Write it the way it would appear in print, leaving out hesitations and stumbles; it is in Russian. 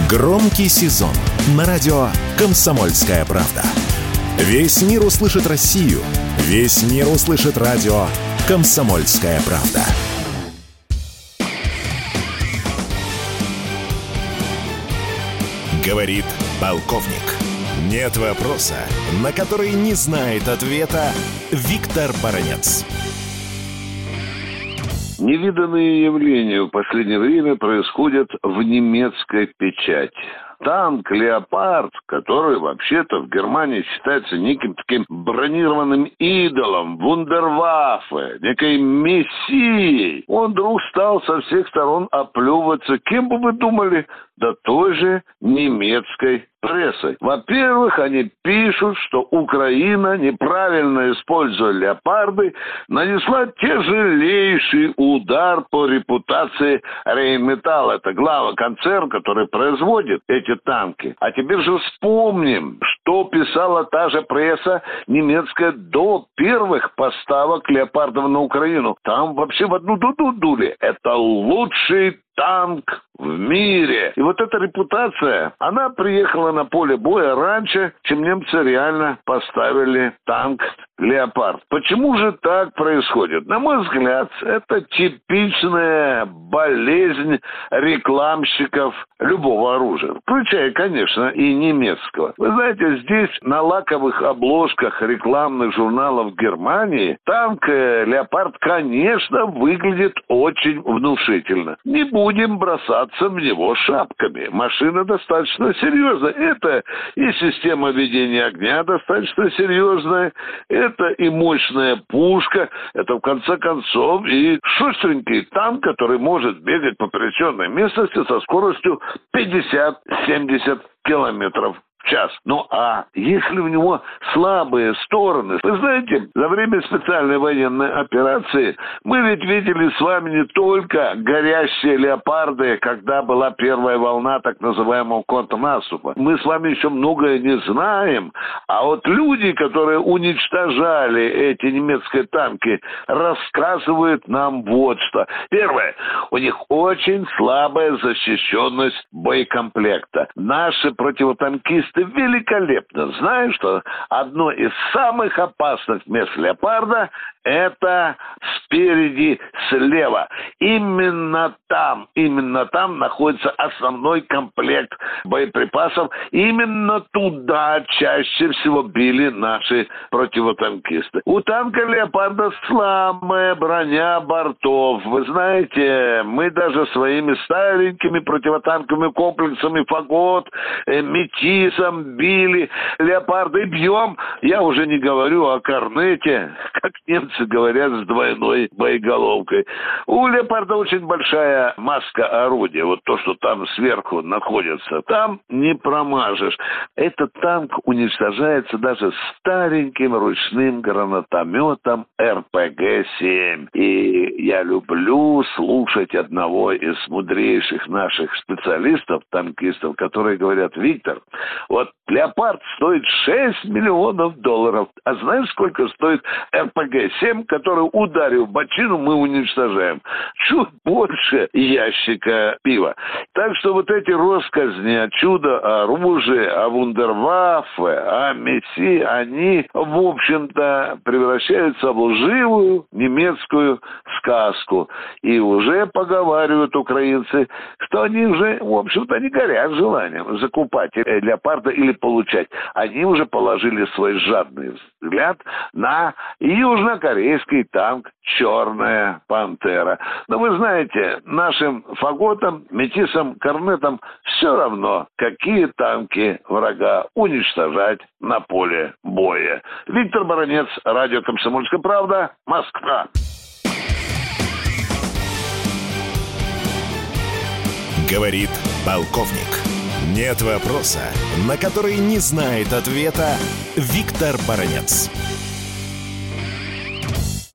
Громкий сезон на радио «Комсомольская правда». Весь мир услышит Россию. Весь мир услышит радио «Комсомольская правда». Говорит полковник. Нет вопроса, на который не знает ответа Виктор Баранец. Невиданные явления в последнее время происходят в немецкой печати. Танк «Леопард», который вообще-то в Германии считается неким таким бронированным идолом, вундерваффе, некой мессией, он вдруг стал со всех сторон оплевываться, кем бы вы думали, да той же немецкой прессой. Во-первых, они пишут, что Украина, неправильно используя «Леопарды», нанесла тяжелейший удар по репутации Рейнметалл. Это главный концерн, который производит эти танки. А теперь же вспомним, что писала та же пресса немецкая до первых поставок «Леопардов» на Украину. Там вообще в одну дуду дули. Это лучший танк в мире. И вот эта репутация, она приехала на поле боя раньше, чем немцы реально поставили танк «Леопард». Почему же так происходит? На мой взгляд, это типичная болезнь рекламщиков любого оружия, включая, конечно, и немецкого. Вы знаете, здесь на лаковых обложках рекламных журналов Германии танк «Леопард», конечно, выглядит очень внушительно. Не будем бросаться в него шапками. Машина достаточно серьезная. Это и система ведения огня достаточно серьезная. Это и мощная пушка. Это, в конце концов, и шустренький танк, который может бегать по пересеченной местности со скоростью 50-70 километров в час. Ну, а если у него слабые стороны? Вы знаете, за время специальной военной операции мы ведь видели с вами не только горящие «Леопарды», когда была первая волна так называемого контрнаступа. Мы с вами еще многое не знаем. А вот люди, которые уничтожали эти немецкие танки, рассказывают нам вот что. Первое. У них очень слабая защищенность боекомплекта. Наши противотанкисты великолепно знают, что одно из самых опасных мест «Леопарда» — это спереди, слева. Именно там находится основной комплект боеприпасов. Именно туда чаще всего били наши противотанкисты. У танка «Леопарда» слабая броня бортов. Вы знаете, мы даже своими старенькими противотанковыми комплексами «Фагот», «Метисом» били «Леопарды», бьем. Я уже не говорю о корнете, как немцы говорят, с двойной боеголовкой. У «Леопарда» очень большая маска орудия. Вот то, что там сверху находится, там не промажешь. Этот танк уничтожается даже стареньким ручным гранатометом РПГ-7. И я люблю слушать одного из мудрейших наших специалистов, танкистов, которые говорят: Виктор, вот «Леопард» стоит $6 миллионов. А знаешь, сколько стоит РПГ-7, который, ударив в бочину, мы уничтожаем? Чуть больше ящика пива. Так что вот эти россказни о чудо-оружии, о вундерваффе, о месси, они, в общем-то, превращаются в лживую немецкую сказку. И уже поговаривают украинцы, что они уже, в общем-то, не горят желанием закупать «Леопарда» или получать. Они уже положили свой жадный взгляд на южнокорейский танк «Черная пантера». Но вы знаете, нашим «Фаготам», «Метисам», «Корнетам» все равно, какие танки врага уничтожать на поле боя. Виктор Баранец, радио «Комсомольская правда», Москва. Говорит полковник. Нет вопроса, на который не знает ответа Виктор Баранец.